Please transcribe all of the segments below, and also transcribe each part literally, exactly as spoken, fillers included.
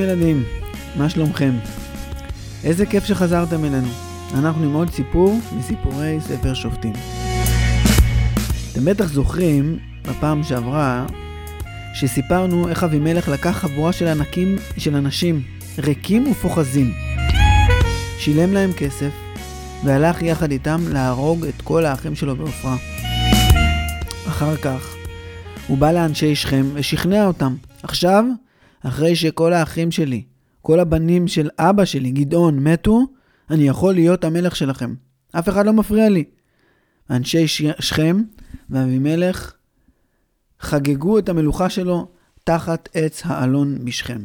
ילדים, מה שלומכם? איזה כיף שחזרתם אלינו. אנחנו עם עוד סיפור מסיפורי ספר שופטים. אתם בטח זוכרים בפעם שעברה שסיפרנו איך אבימלך לקח חבורה של ענקים של אנשים ריקים ופוחזים, שילם להם כסף והלך יחד איתם להרוג את כל האחים שלו בעופרה. אחר כך הוא בא לאנשי שכם ושכנע אותם. עכשיו, אחרי שכל האחים שלי, כל הבנים של אבא שלי, גדעון, מתו, אני יכול להיות המלך שלכם. אף אחד לא מפריע לי. אנשי שכם ואבימלך חגגו את המלוכה שלו תחת עץ האלון בשכם.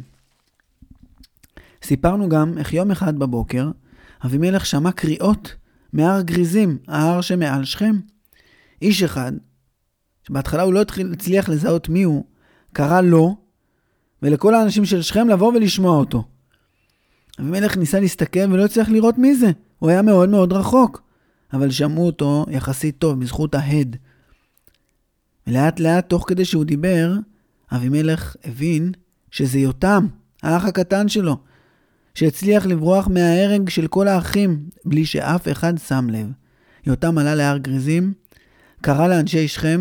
סיפרנו גם איך יום אחד בבוקר אבימלך שמע קריאות מהר גריזים, ההר שמעל שכם. איש אחד, שבהתחלה הוא לא הצליח לזהות מי הוא, קרא לו ולכל האנשים של שכם לבוא ולשמוע אותו. אבימלך ניסה להסתכל ולא הצליח לראות מי זה. הוא היה מאוד מאוד רחוק, אבל שמעו אותו יחסית טוב בזכות ההד. ולאט לאט תוך כדי שהוא דיבר, אבימלך הבין שזה יותם, האח הקטן שלו, שהצליח לברוח מההרג של כל האחים בלי שאף אחד שם לב. יותם עלה להר גריזים, קרא לאנשי שכם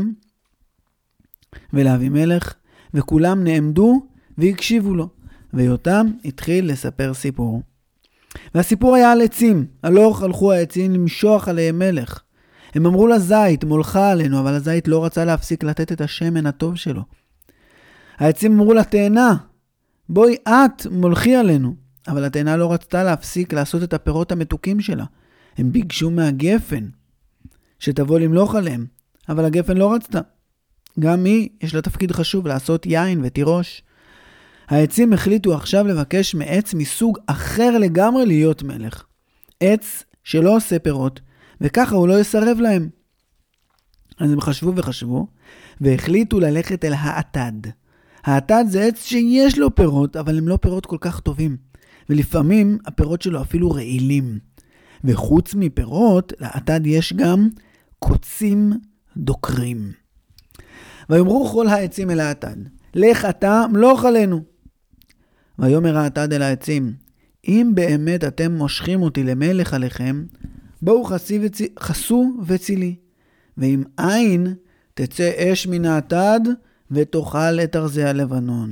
ולאבימלך, וכולם נעמדו והקשיבו לו. ויותם התחיל לספר סיפור. והסיפור היה על עצים. הלוך הלכו העצים למשוח עליהם מלך. הם אמרו לזית, מולכה עלינו, אבל הזית לא רצה להפסיק לתת את השמן הטוב שלו. העצים אמרו לתאנה, בואי את מולכי עלינו. אבל התאנה לא רצתה להפסיק לעשות את הפירות המתוקים שלה. הם ביקשו מהגפן שתבוא למלוך עליהם, אבל הגפן לא רצתה. גם היא, יש לה תפקיד חשוב לעשות יין ותירוש. העצים החליטו עכשיו לבקש מעץ מסוג אחר לגמרי להיות מלך. עץ שלא עושה פירות, וככה הוא לא יסרב להם. אז הם חשבו וחשבו, והחליטו ללכת אל האטד. האטד זה עץ שיש לו פירות, אבל הם לא פירות כל כך טובים. ולפעמים הפירות שלו אפילו רעילים. וחוץ מפירות, לאטד יש גם קוצים דוקרים. ויאמרו כל העצים אל האטד, לך אתה מלוך עלינו. ויאמר האטד אל העצים, אם באמת אתם מושכים אותי למלך עליכם, בואו חסי וצ... חסו וצילי. ואם אין, תצא אש מן האטד ותאכל את ארזי הלבנון.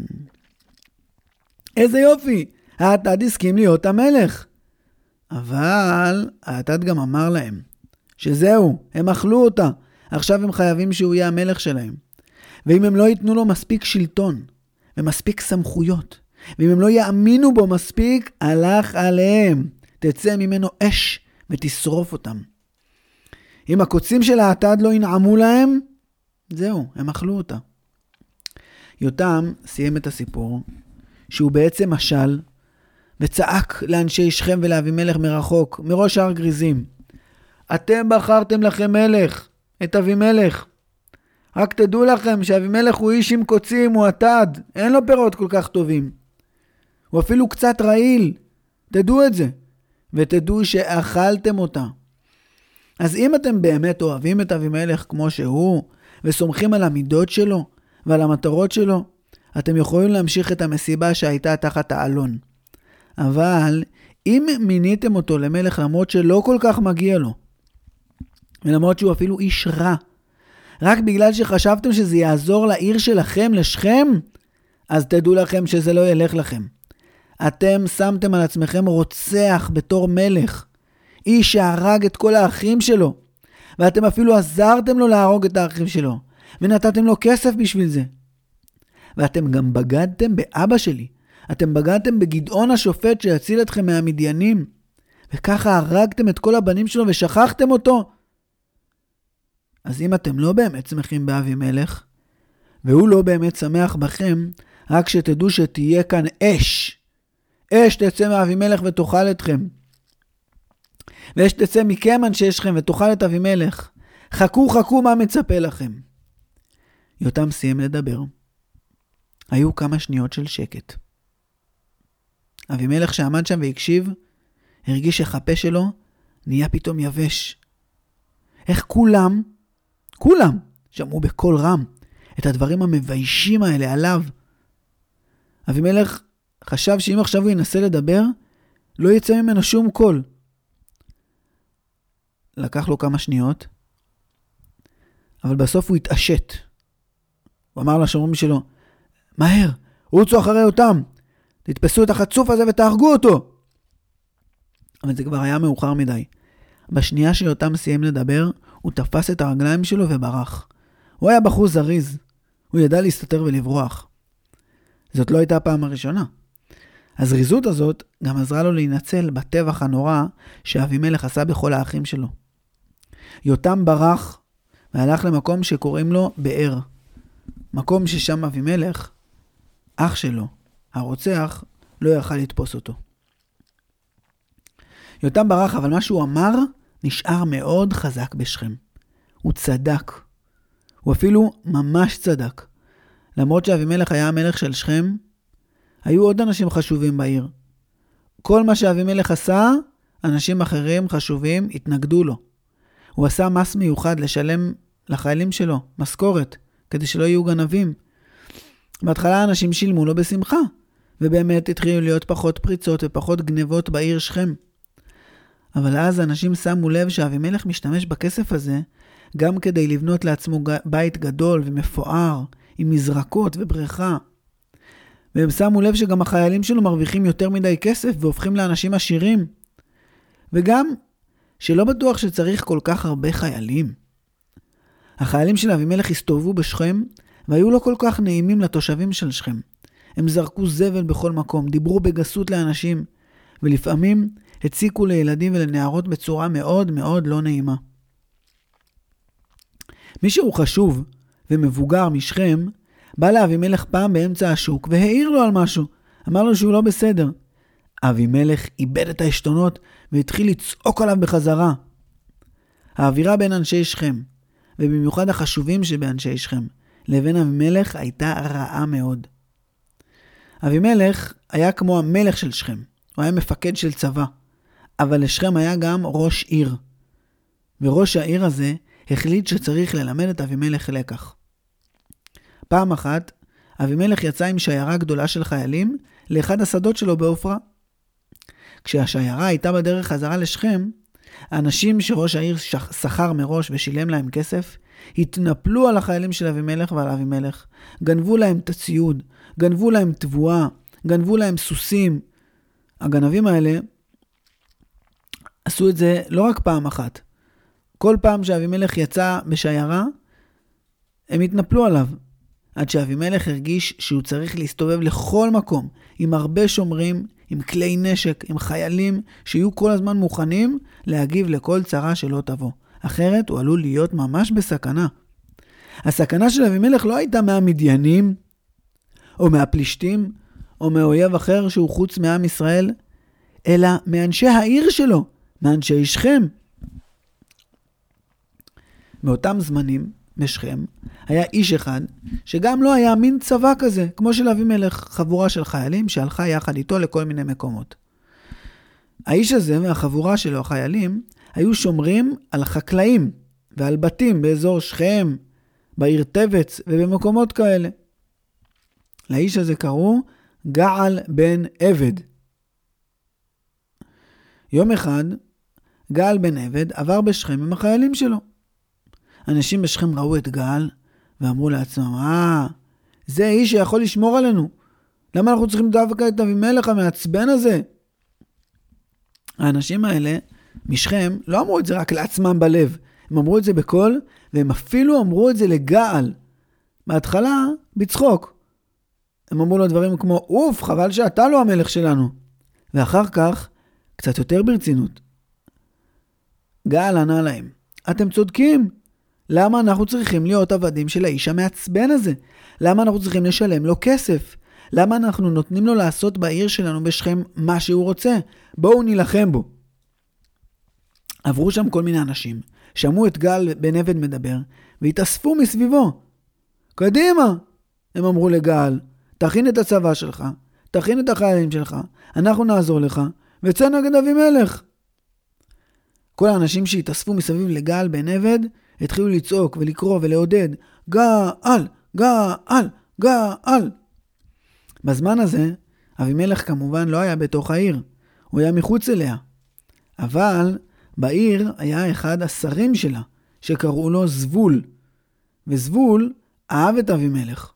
איזה יופי! האטד הסכים להיות המלך. אבל האטד גם אמר להם, שזהו, הם אכלו אותה. עכשיו הם חייבים שהוא יהיה המלך שלהם. ואם הם לא ייתנו לו מספיק שלטון ומספיק סמכויות, ואם הם לא יאמינו בו מספיק, הלך עליהם. תצא ממנו אש ותשרוף אותם. אם הקוצים של האטד לא ינעמו להם, זהו, הם אכלו אותה. יותם סיים את הסיפור, שהוא בעצם משל, וצעק לאנשי שכם ולאבימלך מרחוק, מראש הר גריזים, אתם בחרתם לכם מלך, את אבימלך. רק תדעו לכם שאבימלך הוא איש עם קוצים, הוא אטד, אין לו פירות כל כך טובים. הוא אפילו קצת רעיל, תדעו את זה, ותדעו שאכלתם אותה. אז אם אתם באמת אוהבים את אבימלך כמו שהוא, וסומכים על המידות שלו, ועל המטרות שלו, אתם יכולים להמשיך את המסיבה שהייתה תחת האלון. אבל אם מיניתם אותו למלך למרות שלא כל כך מגיע לו, ולמרות שהוא אפילו איש רע, רק בגלל שחשבתם שזה יעזור לעיר שלכם, לשכם, אז תדעו לכם שזה לא ילך לכם. אתם שמתם על עצמכם רוצח בתור מלך, איש שהרג את כל האחים שלו, ואתם אפילו עזרתם לו להרוג את האחים שלו, ונתתם לו כסף בשביל זה. ואתם גם בגדתם באבא שלי, אתם בגדתם בגדעון השופט שיציל אתכם מהמדיינים, וככה הרגתם את כל הבנים שלו ושכחתם אותו. אז אם אתם לא באמת שמחים באבימלך, והוא לא באמת שמח בכם, רק שתדעו שתהיה כאן אש. אש תצא מאבימלך ותאכל אתכם. ואש תצא מכם אנשי שכם ותאכל את אבימלך. חכו חכו מה מצפה לכם. יותם סיים לדבר. היו כמה שניות של שקט. אבימלך שעמד שם והקשיב, הרגיש שהפה שלו נהיה פתאום יבש. איך כולם, כולם, שמעו בקול רם את הדברים המביישים האלה עליו. אבימלך חשב שאם עכשיו הוא ינסה לדבר, לא יצא ממנו שום קול. לקח לו כמה שניות, אבל בסוף הוא התעשת. הוא אמר לשומרים שלו, מהר, רוצו אחרי אותם, תתפסו את החצוף הזה ותהרגו אותו. אבל זה כבר היה מאוחר מדי. בשנייה שיותם סיים לדבר, הוא תפס את הרגליים שלו וברח. הוא היה בחור זריז. הוא ידע להסתתר ולברוח. זאת לא הייתה הפעם הראשונה. הזריזות הזאת גם עזרה לו להינצל בטבח הנורא שאבימלך עשה בכל האחים שלו. יותם ברח והלך למקום שקוראים לו באר. מקום ששם אבימלך, אח שלו, הרוצח, לא יכל לתפוס אותו. יותם ברח, אבל מה שהוא אמר נשאר מאוד חזק בשכם. הוא צדק. הוא אפילו ממש צדק. למרות שאבימלך היה המלך של שכם, היו עוד אנשים חשובים בעיר. כל מה שאבימלך עשה, אנשים אחרים חשובים התנגדו לו. הוא עשה מס מיוחד לשלם לחיילים שלו, משכורת, כדי שלא יהיו גנבים. בהתחלה אנשים שילמו לו בשמחה, ובאמת התחילו להיות פחות פריצות ופחות גנבות בעיר שכם. אבל אז אנשים שמו לב שאבימלך משתמש בכסף הזה, גם כדי לבנות לעצמו בית גדול ומפואר, עם מזרקות ובריכה. והם שמו לב שגם החיילים שלו מרוויחים יותר מדי כסף והופכים לאנשים עשירים. וגם שלא בטוח שצריך כל כך הרבה חיילים. החיילים של אבימלך הסתובבו בשכם, והיו לא כל כך נעימים לתושבים של שכם. הם זרקו זבל בכל מקום, דיברו בגסות לאנשים, ולפעמים הציקו לילדים ולנערות בצורה מאוד מאוד לא נעימה. מישהו חשוב ומבוגר משכם, בא לאבימלך פעם באמצע השוק והעיר לו על משהו. אמר לו שהוא לא בסדר. אבימלך איבד את העשתונות והתחיל לצעוק עליו בחזרה. האווירה בין אנשי שכם, ובמיוחד החשובים שבאנשי שכם, לבין אבימלך הייתה רעה מאוד. אבימלך היה כמו המלך של שכם. הוא היה מפקד של צבא. אבל לשכם היה גם ראש עיר. וראש העיר הזה החליט שצריך ללמד את אבימלך לקח. פעם אחת, אבימלך יצא עם שיירה גדולה של חיילים לאחד השדות שלו באופרה. כשהשיירה הייתה בדרך חזרה לשכם, האנשים שראש העיר שכר מראש ושילם להם כסף, התנפלו על החיילים של אבימלך ועל אבימלך. גנבו להם את הציוד, גנבו להם תבואה, גנבו להם סוסים. הגנבים האלה עשו את זה לא רק פעם אחת. כל פעם שאבימלך יצא בשיירה, הם התנפלו עליו. עד שאבימלך הרגיש שהוא צריך להסתובב לכל מקום, עם הרבה שומרים, עם כלי נשק, עם חיילים, שיהיו כל הזמן מוכנים להגיב לכל צרה שלא תבוא. אחרת הוא עלול להיות ממש בסכנה. הסכנה של אבימלך לא הייתה מהמדיינים, או מהפלישתים, או מאויב אחר שהוא חוץ מעם ישראל, אלא מאנשי העיר שלו, מאנשי שכם. מאותם זמנים, בשכם, היה איש אחד שגם לא היה מין צבא כזה, כמו של אבימלך, חבורה של חיילים שהלכה יחד איתו לכל מיני מקומות. האיש הזה והחבורה שלו, החיילים, היו שומרים על החקלאים ועל בתים באזור שכם, בעיר טבץ ובמקומות כאלה. לאיש הזה קראו געל בן עבד. יום אחד, געל בן עבד עבר בשכם עם החיילים שלו. אנשים בשכם ראו את געל ואמרו לעצמם, אה, זה איש שיכול לשמור עלינו. למה אנחנו צריכים דווקא את אבימלך המעצבן הזה? האנשים האלה משכם לא אמרו את זה רק לעצמם בלב. הם אמרו את זה בקול, והם אפילו אמרו את זה לגעל. בהתחלה, בצחוק. הם אמרו לו דברים כמו, אוף, חבל שאתה לא המלך שלנו. ואחר כך, קצת יותר ברצינות. געל ענה להם, אתם צודקים. למה אנחנו צריכים להיות עבדים של האיש המעצבן הזה? למה אנחנו צריכים לשלם לו כסף? למה אנחנו נותנים לו לעשות בעיר שלנו בשכם מה שהוא רוצה? בואו נילחם בו. עברו שם כל מיני אנשים, שמעו את געל בן עבד מדבר, והתאספו מסביבו. קדימה, הם אמרו לגעל, תכין את הצבא שלך, תכין את החיילים שלך, אנחנו נעזור לך, וצא נגד אבימלך. כל האנשים שהתאספו מסביב לגעל בן עבד, התחילו לצעוק ולקרוא ולעודד, געל, געל, געל. בזמן הזה, אבימלך כמובן לא היה בתוך העיר, הוא היה מחוץ אליה. אבל בעיר היה אחד השרים שלה, שקראו לו זבול, וזבול אהב את אבימלך.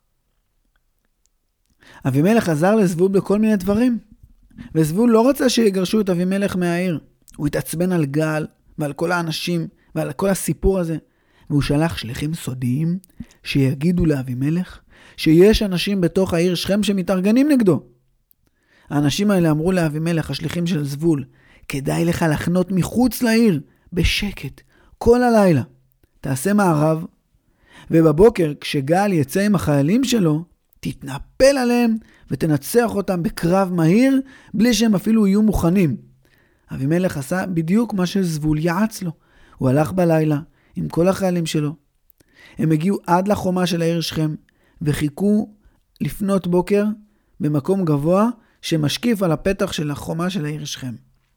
אבימלך עזר לזבול בכל מיני דברים, וזבול לא רצה שיגרשו את אבימלך מהעיר. הוא התעצבן על גל ועל כל האנשים ועל כל הסיפור הזה, והוא שלח שליחים סודיים שיגידו לאבימלך שיש אנשים בתוך העיר שכם שמתארגנים נגדו. האנשים האלה אמרו לאבימלך, השליחים של זבול, כדאי לך לחנות מחוץ לעיר, בשקט, כל הלילה. תעשה מערב, ובבוקר כשגל יצא עם החיילים שלו, תתנפל עליהם ותנצח אותם בקרב מהיר, בלי שהם אפילו יהיו מוכנים. אבימלך עשה בדיוק מה שזבול יעץ לו. הוא הלך בלילה עם כל החיילים שלו. הם הגיעו עד לחומה של העיר שכם, וחיכו לפנות בוקר במקום גבוה שמשקיף על הפתח של החומה של העיר שכם.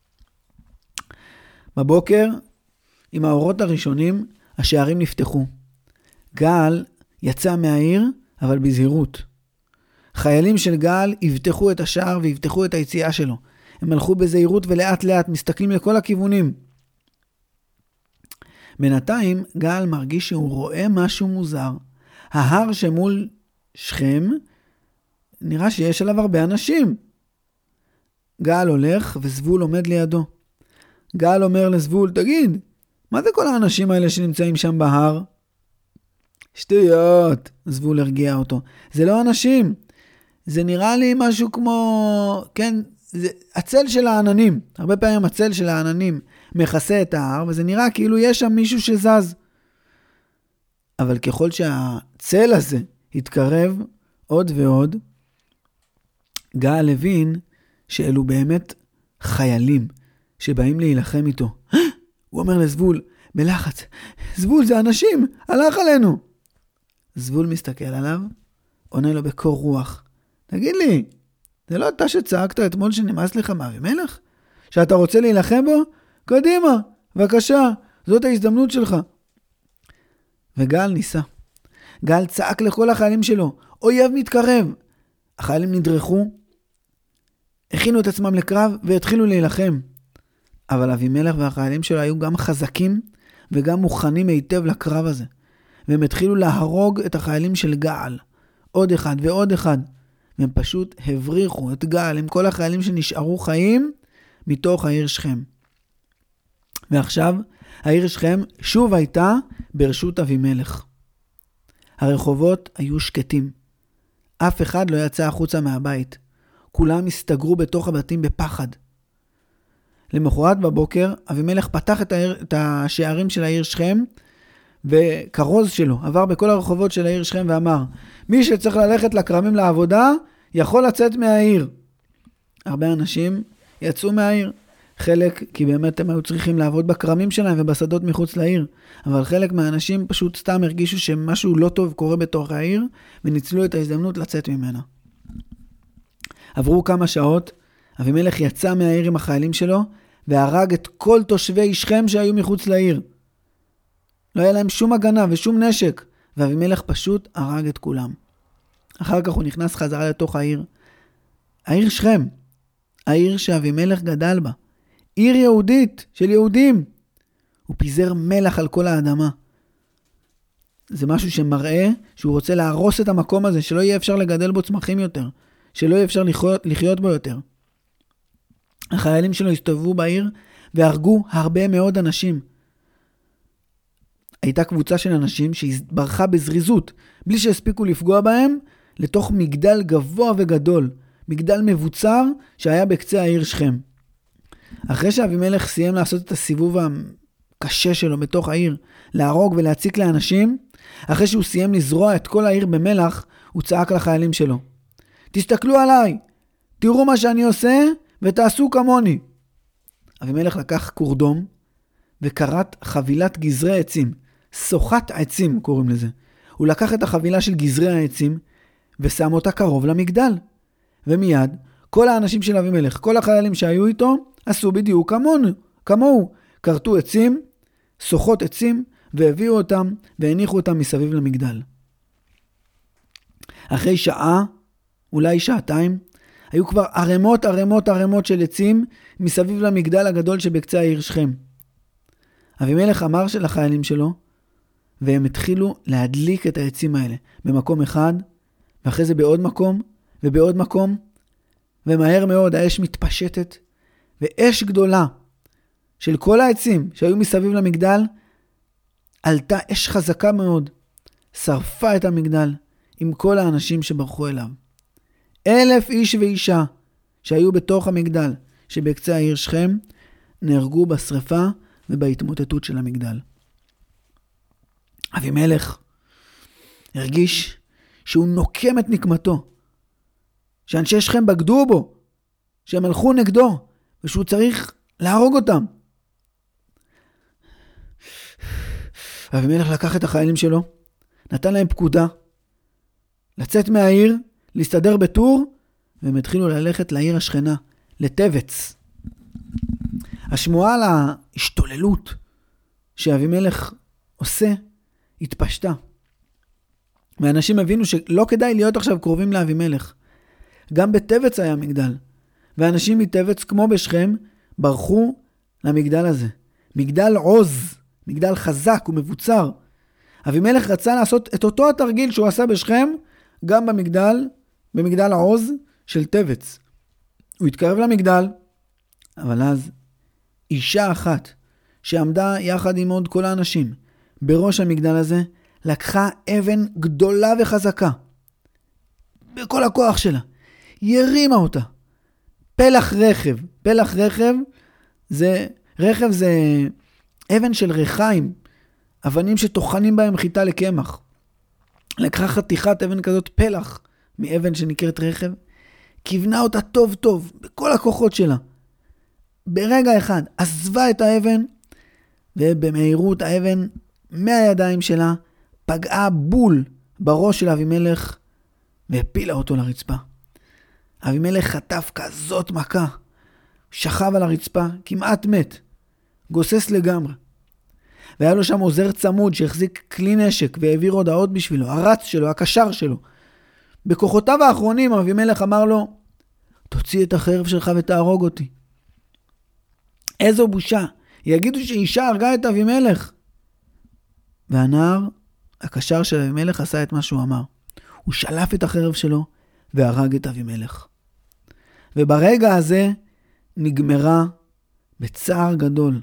בבוקר, עם האורות הראשונים, השערים נפתחו. גל יצא מהעיר, אבל בזהירות. חיילים של גל יבטחו את השער ויבטחו את היציאה שלו. הם הלכו בזהירות ולאט לאט מסתכלים לכל הכיוונים. בינתיים גל מרגיש שהוא רואה משהו מוזר. ההר שמול שכם נראה שיש עליו הרבה אנשים. גל הולך וזבול עומד לידו. גל אומר לזבול, תגיד, מה זה כל האנשים האלה שנמצאים שם בהר? שטויות, זבול הרגיע אותו. זה לא אנשים. זה נראה לי משהו כמו, כן, זה הצל של העננים. הרבה פעמים הצל של העננים מכסה את ההר, וזה נראה כאילו יש שם מישהו שזז. אבל ככל שהצל הזה התקרב עוד ועוד, גל הבין שאלו באמת חיילים שבאים להילחם איתו. הוא אומר לזבול, בלחץ, זבול זה אנשים, הלך עלינו. זבול מסתכל עליו, עונה לו בקור רוח, תגיד לי, זה לא אתה שצעקת אתמול שנמאס לך מאבימלך? שאתה רוצה להילחם בו? קדימה, בבקשה, זאת ההזדמנות שלך. וגל ניסה. גל צעק לכל החיילים שלו, אויב מתקרב. החיילים נדרכו, הכינו את עצמם לקרב והתחילו להילחם. אבל אבימלך והחיילים שלו היו גם חזקים וגם מוכנים היטב לקרב הזה. והם התחילו להרוג את החיילים של גל. עוד אחד ועוד אחד. והם פשוט הבריחו את גל עם כל החיילים שנשארו חיים מתוך העיר שכם. ועכשיו העיר שכם שוב הייתה ברשות אבימלך. הרחובות היו שקטים. אף אחד לא יצא החוצה מהבית. כולם הסתגרו בתוך הבתים בפחד. למחרת בבוקר אבימלך פתח את, העיר, את השערים של העיר שכם, וכרוז שלו עבר בכל הרחובות של העיר שכם ואמר, מי שצריך ללכת לכרמים לעבודה יכול לצאת מהעיר. הרבה אנשים יצאו מהעיר. חלק כי באמת הם היו צריכים לעבוד בכרמים שלהם ובשדות מחוץ לעיר, אבל חלק מהאנשים פשוט סתם הרגישו שמשהו לא טוב קורה בתוך העיר וניצלו את ההזדמנות לצאת ממנה. עברו כמה שעות, אבימלך יצא מהעיר עם החיילים שלו והרג את כל תושבי שכם שהיו מחוץ לעיר. לא היה להם שום הגנה ושום נשק, ואבימלך פשוט הרג את כולם. אחר כך הוא נכנס חזרה לתוך העיר. העיר שכם, העיר שאבימלך גדל בה. עיר יהודית של יהודים. הוא פיזר מלח על כל האדמה. זה משהו שמראה שהוא רוצה להרוס את המקום הזה, שלא יהיה אפשר לגדל בו צמחים יותר, שלא יהיה אפשר לחיות, לחיות בו יותר. החיילים שלו הסתובבו בעיר והרגו הרבה מאוד אנשים. הייתה קבוצה של אנשים שהתברחה בזריזות, בלי שהספיקו לפגוע בהם, לתוך מגדל גבוה וגדול, מגדל מבוצר שהיה בקצה העיר שכם. אחרי שאבימלך סיים לעשות את הסיבוב הקשה שלו בתוך העיר, להרוג ולהציק לאנשים, אחרי שהוא סיים לזרוע את כל העיר במלח, הוא צעק לחיילים שלו, תסתכלו עליי, תראו מה שאני עושה ותעשו כמוני. אבימלך לקח קורדום וקראת חבילת גזרי עצים, סוחת עצים קוראים לזה. הוא לקח את החבילה של גזרי העצים ושם אותה קרוב למגדל. ומיד כל האנשים של אבימלך, כל החיילים שהיו איתו, עשו בדיוק כמונו, כמוהו. קרתו עצים, סוחות עצים, והביאו אותם והניחו אותם מסביב למגדל. אחרי שעה, אולי שעתיים, היו כבר ערמות ערמות ערמות של עצים מסביב למגדל הגדול שבקצה העיר שכם. אבימלך אמר של החיילים שלו, והם התחילו להדליק את העצים האלה במקום אחד, ואחרי זה בעוד מקום ובעוד מקום, ומהר מאוד האש מתפשטת, ואש גדולה של כל העצים שהיו מסביב למגדל, עלתה אש חזקה מאוד, שרפה את המגדל עם כל האנשים שברחו אליו. אלף איש ואישה שהיו בתוך המגדל שבקצה העיר שכם, נהרגו בשריפה ובהתמוטטות של המגדל. אבימלך הרגיש שהוא נוקם את נקמתו, שאנשי שכם בגדו בו, שהם הלכו נגדו, ושהוא צריך להרוג אותם. אבימלך לקח את החיילים שלו, נתן להם פקודה, לצאת מהעיר, להסתדר בטור, והם התחילו ללכת לעיר השכנה, לטבץ. השמועה על ההשתוללות שאבימלך עושה, התפשטה. ואנשים הבינו שלא כדאי להיות עכשיו קרובים לאבימלך. גם בטבץ היה מגדל, ואנשים מטבץ כמו בשכם ברחו למגדל הזה. מגדל עוז, מגדל חזק ומבוצר. אבימלך רצה לעשות את אותו התרגיל שהוא עשה בשכם, גם במגדל, במגדל העוז של טבץ. הוא התקרב למגדל, אבל אז אישה אחת שעמדה יחד עם עוד כל האנשים בראש המגדל הזה, לקחה אבן גדולה וחזקה, בכל הכוח שלה, ירימה אותה. פלח רכב, פלח רכב זה, רכב זה אבן של ריחיים, אבנים שטוחנים בהם חיטה לקמח. לקחה חתיכת אבן כזאת, פלח מאבן שנקראת רכב, כיוונה אותה טוב טוב, בכל הכוחות שלה. ברגע אחד עזבה את האבן, ובמהירות האבן מהידיים שלה פגעה בול בראש של אבימלך, והפילה אותו לרצפה. אבימלך חטף כזאת מכה, שכב על הרצפה, כמעט מת, גוסס לגמרי. והיה לו שם עוזר צמוד שהחזיק כלי נשק והעביר הודעות בשבילו, הרץ שלו, הקשר שלו. בכוחותיו האחרונים אבימלך אמר לו, תוציא את החרב שלך ותהרוג אותי. איזו בושה, יגידו שאישה הרגה את אבימלך. והנער, הקשר של אבימלך, עשה את מה שהוא אמר. הוא שלף את החרב שלו והרג את אבימלך. וברגע הזה נגמרה בצער גדול,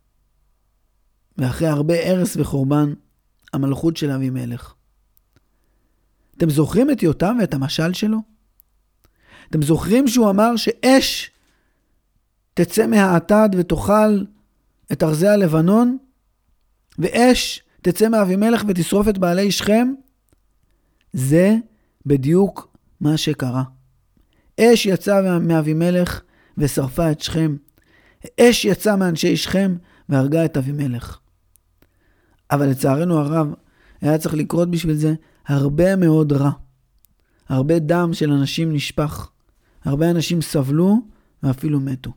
ואחרי הרבה הרס וחורבן, המלכות של אבימלך. אתם זוכרים את יותם ואת המשל שלו? אתם זוכרים שהוא אמר שאש תצא מהעתד ותאכל את ארזי הלבנון, ואש תצא מאבימלך ותשרוף את בעלי שכם? זה בדיוק מה שקרה. אש יצא מאבימלך ושרפה את שכם. אש יצא מאנשי שכם והרגה את אבימלך. אבל לצערנו הרב, היה צריך לקרות בשביל זה הרבה מאוד רע. הרבה דם של אנשים נשפך. הרבה אנשים סבלו ואפילו מתו.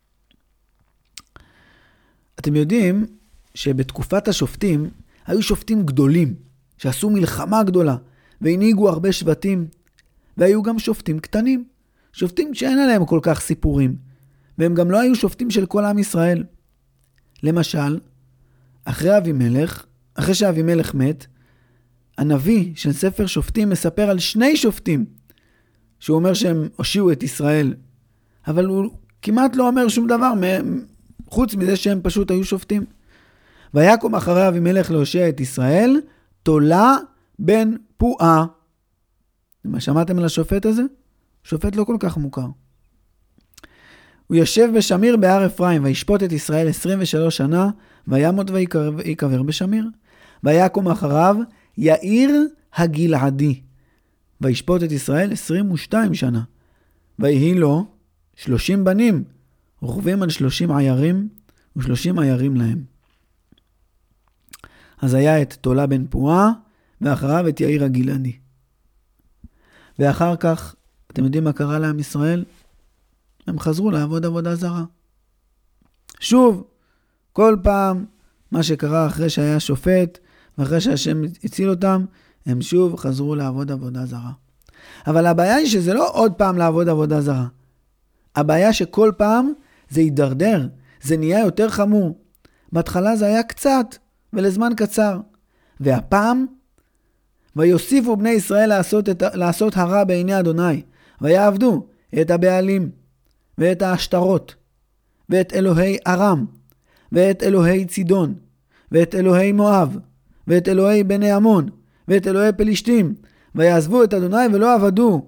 אתם יודעים שבתקופת השופטים היו שופטים גדולים שעשו מלחמה גדולה והנהיגו הרבה שבטים, והיו גם שופטים קטנים, שופטים שאין עליהם כל כך סיפורים, והם גם לא היו שופטים של כל עם ישראל. למשל, אחרי אבימלך, אחרי שאבימלך מת, הנביא של ספר שופטים מספר על שני שופטים, שהוא אומר שהם הושיעו את ישראל, אבל הוא כמעט לא אומר שום דבר חוץ מזה שהם פשוט היו שופטים. ויקום אחרי אבימלך להושיע את ישראל, תולה בן פועה. מה שמעתם על השופט הזה? שופט לא כל כך מוכר. הוא יושב בשמיר בהר אפרים, וישפוט את ישראל עשרים ושלוש שנה, וימות ויקבר בשמיר. ויקום אחריו יאיר הגלעדי, וישפוט את ישראל עשרים ושתיים שנה. ויהי לו שלושים בנים, רוכבים על שלושים עיירים, ושלושים עיירים להם. אז היה את תולה בן פועה, ואחריו את יאיר הגלעדי. ואחר כך, אתם יודעים מה קרה לעם ישראל? הם חזרו לעבוד עבודה זרה. שוב, כל פעם מה שקרה אחרי שהיה שופט, ואחרי שהשם הציל אותם, הם שוב חזרו לעבוד עבודה זרה. אבל הבעיה היא שזה לא עוד פעם לעבוד עבודה זרה. הבעיה שכל פעם זה יידרדר, זה נהיה יותר חמור. בהתחלה זה היה קצת ולזמן קצר. והפעם, ויוסיפו בני ישראל לעשות, את, לעשות הרע בעיני אדוני, ויעבדו את הבעלים, ואת השטרות, ואת אלוהי ארם, ואת אלוהי צידון, ואת אלוהי מואב, ואת אלוהי בני עמון, ואת אלוהי פלישתים, ויעזבו את אדוני ולא עבדו.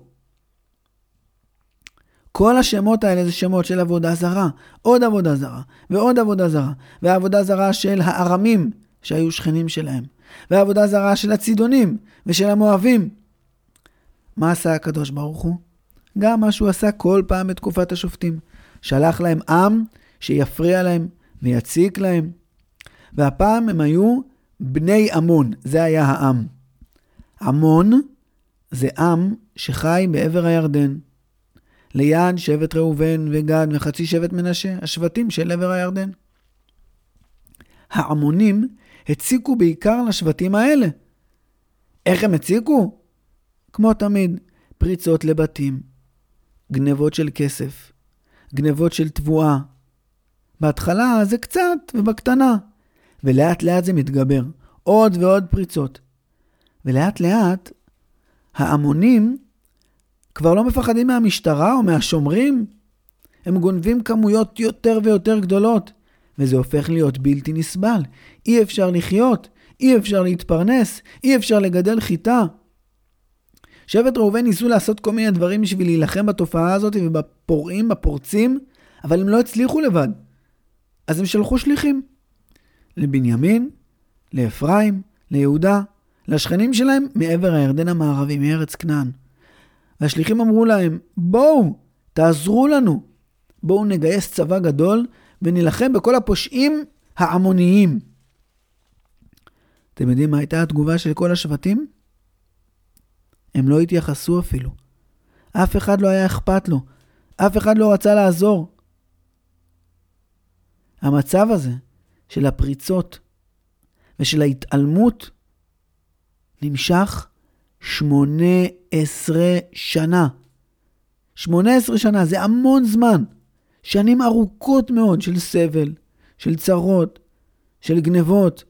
כל השמות האלה זה שמות של עבודה זרה, עוד עבודה זרה, ועוד עבודה זרה, והעבודה זרה של הארמים שהיו שכנים שלהם, והעבודה זרה של הצידונים ושל המואבים. מה עשה הקדוש ברוך הוא? גם מה שהוא עשה כל פעם בתקופת השופטים. שלח להם עם שיפריע להם ויציק להם. והפעם הם היו בני עמון, זה היה העם. עמון זה עם שחי בעבר הירדן. ליד שבט ראובן וגד וחצי שבט מנשה, השבטים של עבר הירדן. העמונים הציקו בעיקר לשבטים האלה. איך הם הציקו? כמו תמיד, פריצות לבתים, גנבות של כסף, גנבות של תבואה. בהתחלה זה קצת ובקטנה, ולאט לאט זה מתגבר, עוד ועוד פריצות. ולאט לאט העמונים כבר לא מפחדים מהמשטרה או מהשומרים, הם גונבים כמויות יותר ויותר גדולות, וזה הופך להיות בלתי נסבל. אי אפשר לחיות, אי אפשר להתפרנס, אי אפשר לגדל חיטה. שבט ראובן ניסו לעשות כל מיני דברים בשביל להילחם בתופעה הזאת ובפורעים, בפורצים, אבל הם לא הצליחו לבד. אז הם שלחו שליחים לבנימין, לאפרים, ליהודה, לשכנים שלהם מעבר הירדן המערבי, מארץ כנען. והשליחים אמרו להם, בואו, תעזרו לנו. בואו נגייס צבא גדול ונלחם בכל הפושעים העמוניים. אתם יודעים מה הייתה התגובה של כל השבטים? הם לא התייחסו אפילו. אף אחד לא היה אכפת לו. אף אחד לא רצה לעזור. המצב הזה של הפריצות ושל ההתעלמות נמשך שמונה עשרה שנה. שמונה עשרה שנה זה המון זמן. שנים ארוכות מאוד של סבל, של צרות, של גנבות.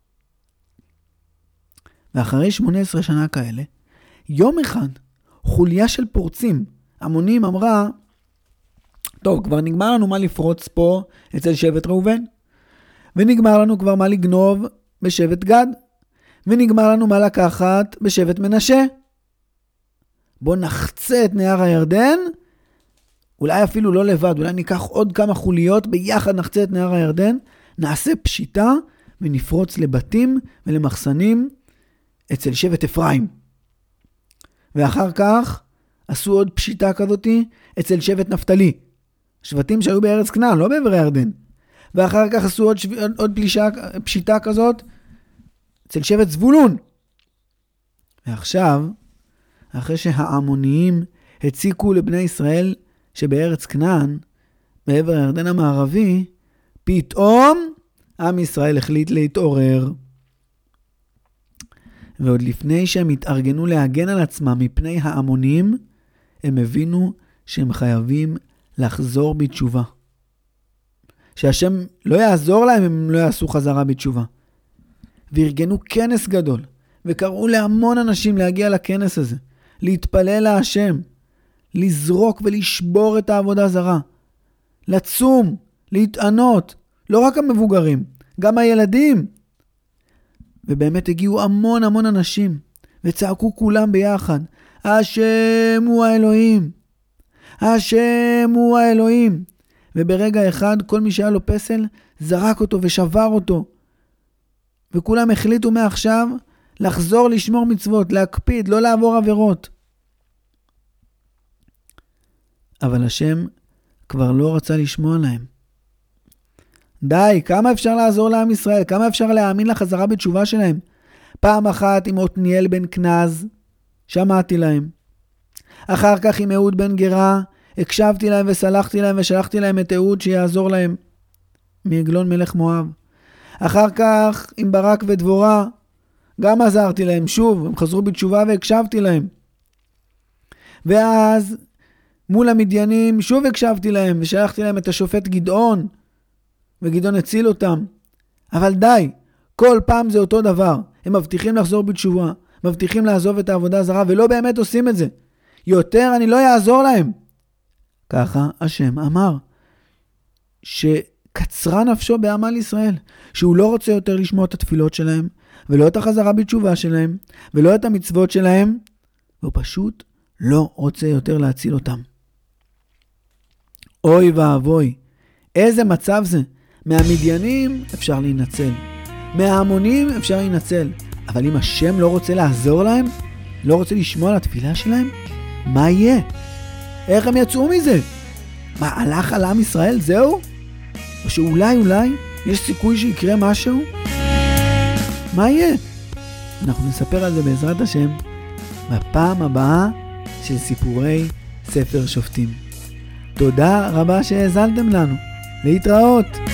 ואחרי שמונה עשרה שנה כאלה, יום אחד חוליה של פורצים, המונים אמרה, טוב, כבר נגמר לנו מה לפרוץ פה אצל שבט ראובן, ונגמר לנו כבר מה לגנוב בשבט גד, ונגמר לנו מה לקחת בשבט מנשה. בוא נחצה את נהר הירדן, אולי אפילו לא לבד, אולי ניקח עוד כמה חוליות, ביחד נחצה את נהר הירדן, נעשה פשיטה ונפרוץ לבתים ולמחסנים אצל שבט אפרים. ואחר כך עשו עוד פשיטה כזאת אצל שבט נפתלי. שבטים שהיו בארץ כנען, לא בעבר הירדן. ואחר כך עשו עוד, שב... עוד פלישה, פשיטה כזאת אצל שבט זבולון. ועכשיו, אחרי שהעמוניים הציקו לבני ישראל שבארץ כנען, בעבר הירדן המערבי, פתאום עם ישראל החליט להתעורר. ועוד לפני שהם התארגנו להגן על עצמם מפני העמונים, הם הבינו שהם חייבים לחזור בתשובה. שהשם לא יעזור להם אם הם לא יעשו חזרה בתשובה. וארגנו כנס גדול, וקראו להמון אנשים להגיע לכנס הזה, להתפלל להשם, לזרוק ולשבור את העבודה זרה, לצום, להתענות, לא רק המבוגרים, גם הילדים. ובאמת הגיעו המון המון אנשים, וצעקו כולם ביחד, השם הוא האלוהים, השם הוא האלוהים. וברגע אחד כל מי שהיה לו פסל זרק אותו ושבר אותו. וכולם החליטו מעכשיו לחזור לשמור מצוות, להקפיד, לא לעבור עבירות. אבל השם כבר לא רצה לשמוע להם. די, כמה אפשר לעזור לעם ישראל? כמה אפשר להאמין לחזרה בתשובה שלהם? פעם אחת עם עתניאל בן כנז, שמעתי להם. אחר כך עם אהוד בן גרה, הקשבתי להם וסלחתי להם ושלחתי להם את אהוד שיעזור להם מעגלון מלך מואב. אחר כך עם ברק ודבורה, גם עזרתי להם שוב, הם חזרו בתשובה והקשבתי להם. ואז מול המדיינים שוב הקשבתי להם ושלחתי להם את השופט גדעון, וגדעון הציל אותם. אבל די, כל פעם זה אותו דבר. הם מבטיחים לחזור בתשובה, מבטיחים לעזוב את העבודה הזרה, ולא באמת עושים את זה. יותר אני לא יעזור להם. ככה השם אמר, שקצרה נפשו בעמל ישראל, שהוא לא רוצה יותר לשמוע את התפילות שלהם, ולא את החזרה בתשובה שלהם, ולא את המצוות שלהם, והוא פשוט לא רוצה יותר להציל אותם. אוי ואבוי, איזה מצב זה. מהמדיינים אפשר להינצל, מההמונים אפשר להינצל, אבל אם השם לא רוצה לעזור להם, לא רוצה לשמוע על התפילה שלהם, מה יהיה? איך הם יצאו מזה? מה, הלך על עם ישראל? זהו? או שאולי אולי יש סיכוי שיקרה משהו? מה יהיה? אנחנו נספר על זה בעזרת השם בפעם הבאה של סיפורי ספר שופטים. תודה רבה שהאזנתם לנו. להתראות.